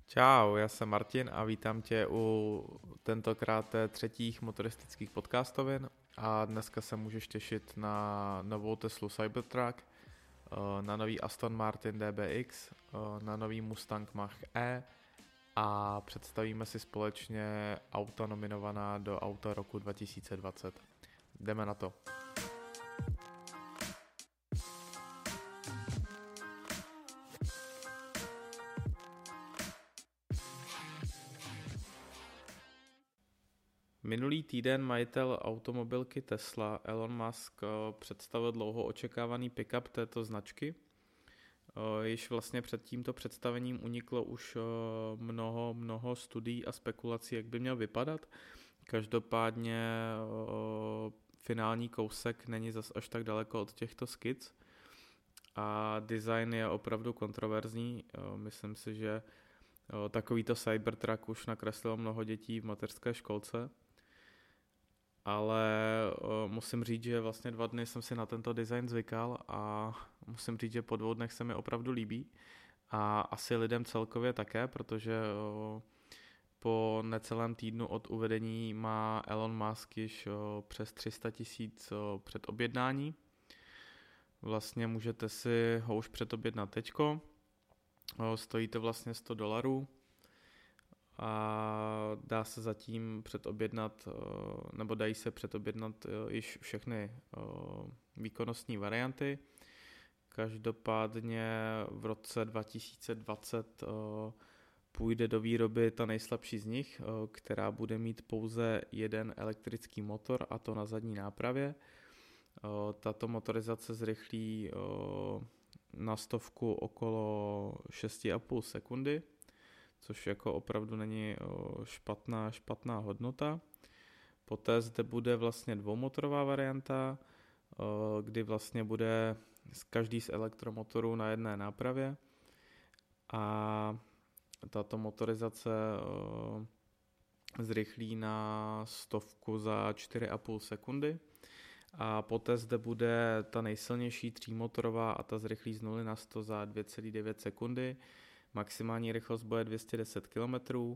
Čau, já jsem Martin a vítám tě u tentokrát třetích motoristických podcastovin a dneska se můžeš těšit na novou Teslu Cybertruck, na nový Aston Martin DBX, na nový Mustang Mach-E a představíme si společně auta nominovaná do auta roku 2020. Jdeme na to. Minulý týden majitel automobilky Tesla Elon Musk představil dlouho očekávaný pick-up této značky. Již vlastně před tímto představením uniklo už mnoho studií a spekulací, jak by měl vypadat. Každopádně finální kousek není zas až tak daleko od těchto skic a design je opravdu kontroverzní. Myslím si, že takovýto Cybertruck už nakreslilo mnoho dětí v mateřské školce. Ale musím říct, že vlastně 2 dny jsem si na tento design zvykal a musím říct, že po 2 dnech se mi opravdu líbí a asi lidem celkově také, protože po necelém týdnu od uvedení má Elon Musk již přes 300 000 předobjednání. Vlastně můžete si ho už předobjednat teďko, stojí to vlastně $100 a dá se zatím předobjednat, nebo dají se předobjednat již všechny výkonnostní varianty. Každopádně v roce 2020 půjde do výroby ta nejslabší z nich, která bude mít pouze jeden elektrický motor, a to na zadní nápravě. Tato motorizace zrychlí na 100 okolo 6,5 sekundy, což jako opravdu není špatná hodnota. Poté zde bude vlastně dvoumotorová varianta, kdy vlastně bude každý z elektromotorů na jedné nápravě a tato motorizace zrychlí na 100 za 4,5 sekundy. A poté zde bude ta nejsilnější třímotorová a ta zrychlí z 0 na 100 za 2,9 sekundy. Maximální rychlost bude 210 km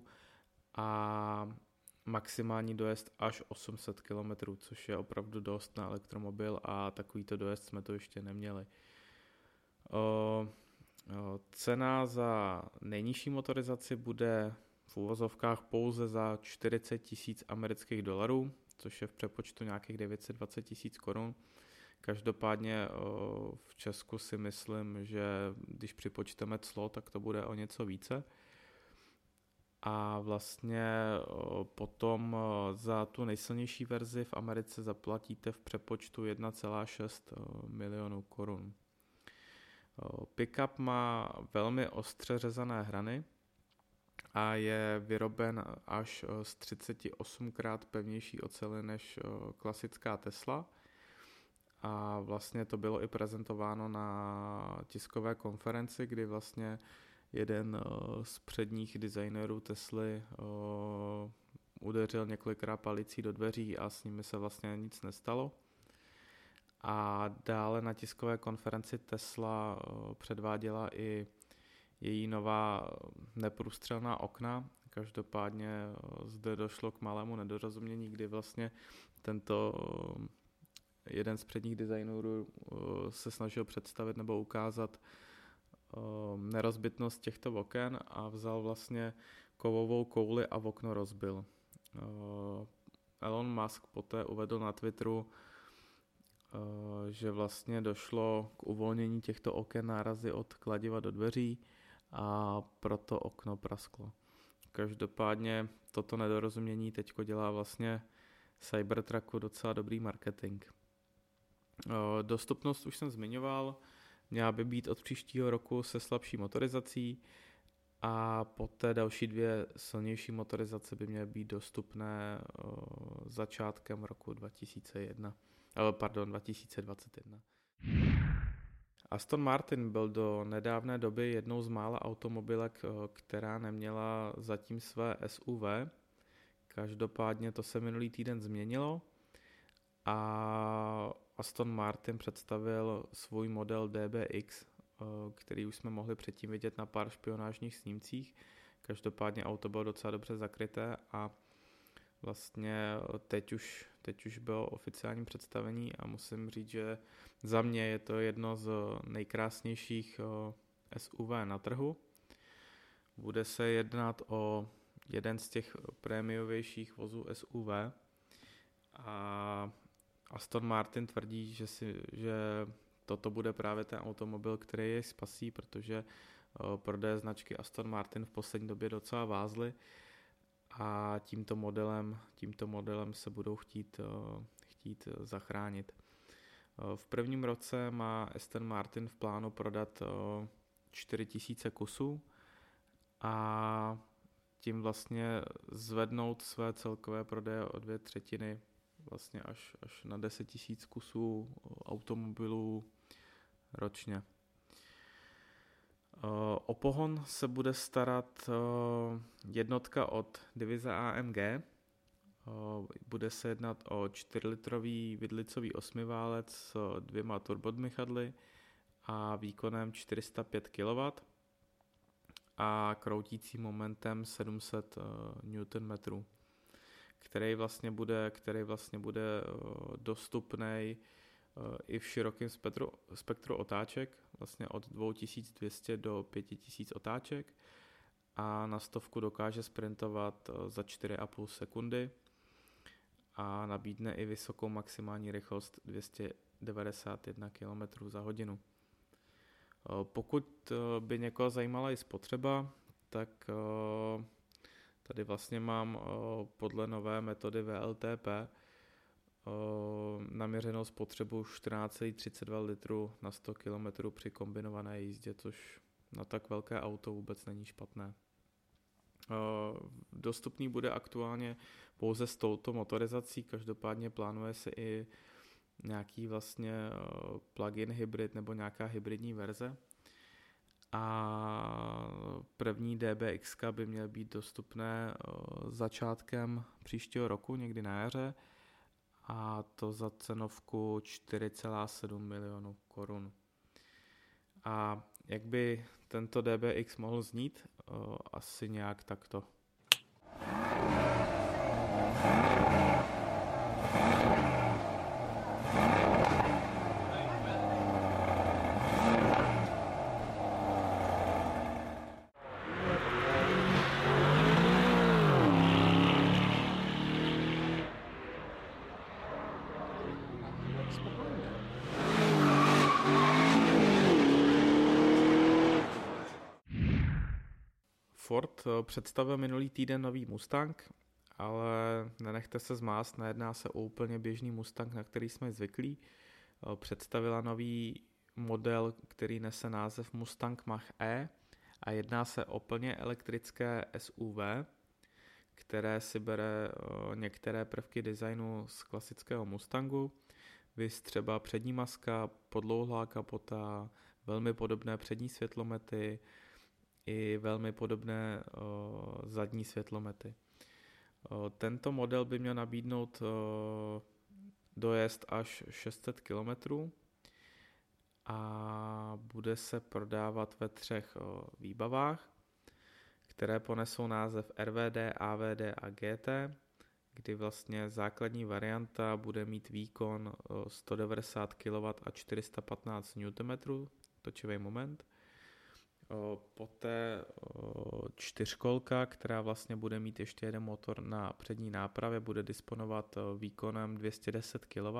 a maximální dojezd až 800 km, což je opravdu dost na elektromobil a takovýto dojezd jsme to ještě neměli. Cena za nejnižší motorizaci bude v uvozovkách pouze za 40 000 amerických dolarů, což je v přepočtu nějakých 920 000 korun. Každopádně v Česku si myslím, že když připočteme clo, tak to bude o něco více. A vlastně potom za tu nejsilnější verzi v Americe zaplatíte v přepočtu 1,6 milionů korun. Pickup má velmi ostře řezané hrany a je vyroben až z 38krát pevnější oceli než klasická Tesla. A vlastně to bylo i prezentováno na tiskové konferenci, kdy vlastně jeden z předních designerů Tesly udeřil několikrát palicí do dveří a s nimi se vlastně nic nestalo. A dále na tiskové konferenci Tesla předváděla i její nová neprůstřelná okna. Každopádně zde došlo k malému nedorozumění, kdy vlastně tento jeden z předních designerů se snažil představit nebo ukázat nerozbitnost těchto oken a vzal vlastně kovovou kouli a okno rozbil. Elon Musk poté uvedl na Twitteru, že vlastně došlo k uvolnění těchto oken nárazy od kladiva do dveří a proto okno prasklo. Každopádně toto nedorozumění teďko dělá vlastně Cybertrucku docela dobrý marketing. Dostupnost už jsem zmiňoval, měla by být od příštího roku se slabší motorizací a poté další 2 silnější motorizace by měly být dostupné začátkem roku 2021. Aston Martin byl do nedávné doby jednou z mála automobilek, která neměla zatím své SUV. Každopádně to se minulý týden změnilo a Aston Martin představil svůj model DBX, který už jsme mohli předtím vidět na pár špionážních snímcích. Každopádně auto bylo docela dobře zakryté a vlastně teď už bylo oficiální představení a musím říct, že za mě je to jedno z nejkrásnějších SUV na trhu. Bude se jednat o jeden z těch prémiovějších vozů SUV a Aston Martin tvrdí, že toto bude právě ten automobil, který je spasí, protože prodeje značky Aston Martin v poslední době docela vázly a tímto modelem se budou chtít zachránit. V prvním roce má Aston Martin v plánu prodat 4000 kusů a tím vlastně zvednout své celkové prodeje o 2/3, vlastně až na 10 000 kusů automobilů ročně. O pohon se bude starat jednotka od divize AMG. Bude se jednat o 4-litrový vidlicový osmiválec s 2 turbodmychadly a výkonem 405 kW a kroutícím momentem 700 Nm, který vlastně bude dostupný i v širokém spektru otáček, vlastně od 2200 do 5000 otáček a na 100 dokáže sprintovat za 4,5 sekundy a nabídne i vysokou maximální rychlost 291 km za hodinu. Pokud by někoho zajímala i spotřeba, tak tady vlastně mám podle nové metody VLTP naměřenou spotřebu 14,32 litru na 100 km při kombinované jízdě, což na tak velké auto vůbec není špatné. Dostupný bude aktuálně pouze s touto motorizací, každopádně plánuje se i nějaký vlastně plug-in hybrid nebo nějaká hybridní verze. A první DBX by měly být dostupné začátkem příštího roku, někdy na jaře, a to za cenovku 4,7 milionů korun. A jak by tento DBX mohl znít? Asi nějak takto. Ford představil minulý týden nový Mustang, ale nenechte se zmást, nejedná se o úplně běžný Mustang, na který jsme zvyklí. Představila nový model, který nese název Mustang Mach-E a jedná se o plně elektrické SUV, které si bere některé prvky designu z klasického Mustangu, viz třeba přední maska, podlouhlá kapota, velmi podobné přední světlomety i velmi podobné zadní světlomety. Tento model by měl nabídnout dojezd až 600 km a bude se prodávat ve 3 výbavách, které ponesou název RVD, AVD a GT, kdy vlastně základní varianta bude mít výkon 190 kW a 415 Nm točivý moment. Poté 4kolka, která vlastně bude mít ještě jeden motor na přední nápravě, bude disponovat výkonem 210 kW.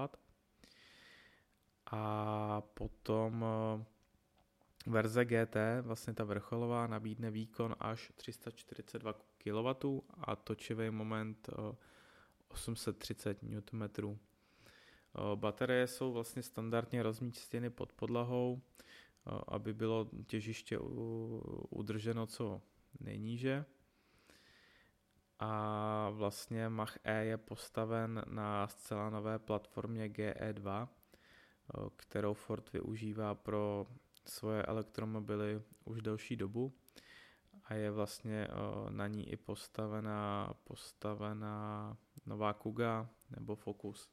A potom verze GT, vlastně ta vrcholová, nabídne výkon až 342 kW a točivý moment 830 Nm. Baterie jsou vlastně standardně rozmístěny pod podlahou, aby bylo těžiště udrženo co nejníže. A vlastně Mach-E je postaven na zcela nové platformě GE2, kterou Ford využívá pro svoje elektromobily už delší dobu a je vlastně na ní i postavená nová Kuga nebo Focus.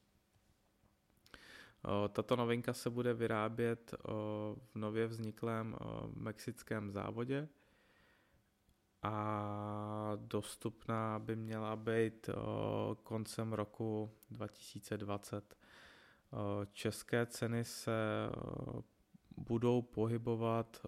Tato novinka se bude vyrábět v nově vzniklém mexickém závodě a dostupná by měla být koncem roku 2020. České ceny se budou pohybovat,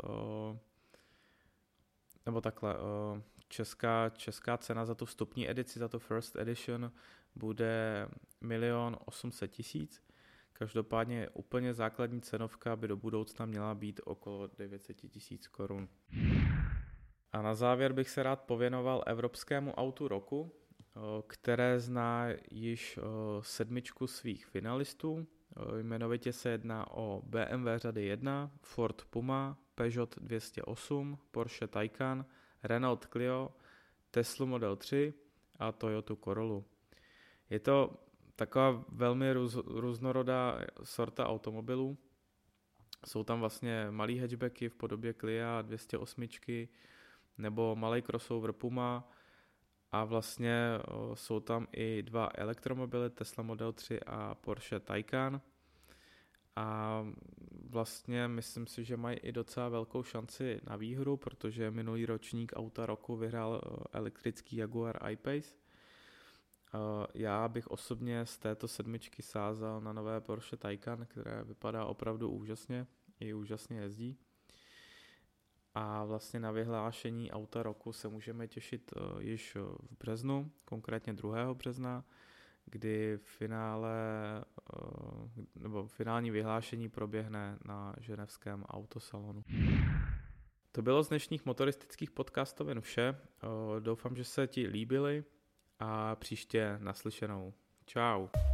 nebo takhle, česká cena za tu vstupní edici, za tu first edition, bude 1 800 000. Každopádně úplně základní cenovka by do budoucna měla být okolo 900 000 korun. A na závěr bych se rád pověnoval evropskému autu roku, které zná již 7 svých finalistů. Jmenovitě se jedná o BMW řady 1, Ford Puma, Peugeot 208, Porsche Taycan, Renault Clio, Tesla Model 3 a Toyota Corollu. Je to taková velmi různorodá sorta automobilů. Jsou tam vlastně malý hatchbacky v podobě Clio 208 nebo malý crossover Puma a vlastně jsou tam i 2 elektromobily, Tesla Model 3 a Porsche Taycan. A vlastně myslím si, že mají i docela velkou šanci na výhru, protože minulý ročník auta roku vyhrál elektrický Jaguar I-Pace. Já bych osobně z této 7 sázal na nové Porsche Taycan, které vypadá opravdu úžasně, i úžasně jezdí. A vlastně na vyhlášení auta roku se můžeme těšit již v březnu, konkrétně 2. března, kdy finální vyhlášení proběhne na ženevském autosalonu. To bylo z dnešních motoristických podcastovin vše. Doufám, že se ti líbily a příště naslyšenou. Čau.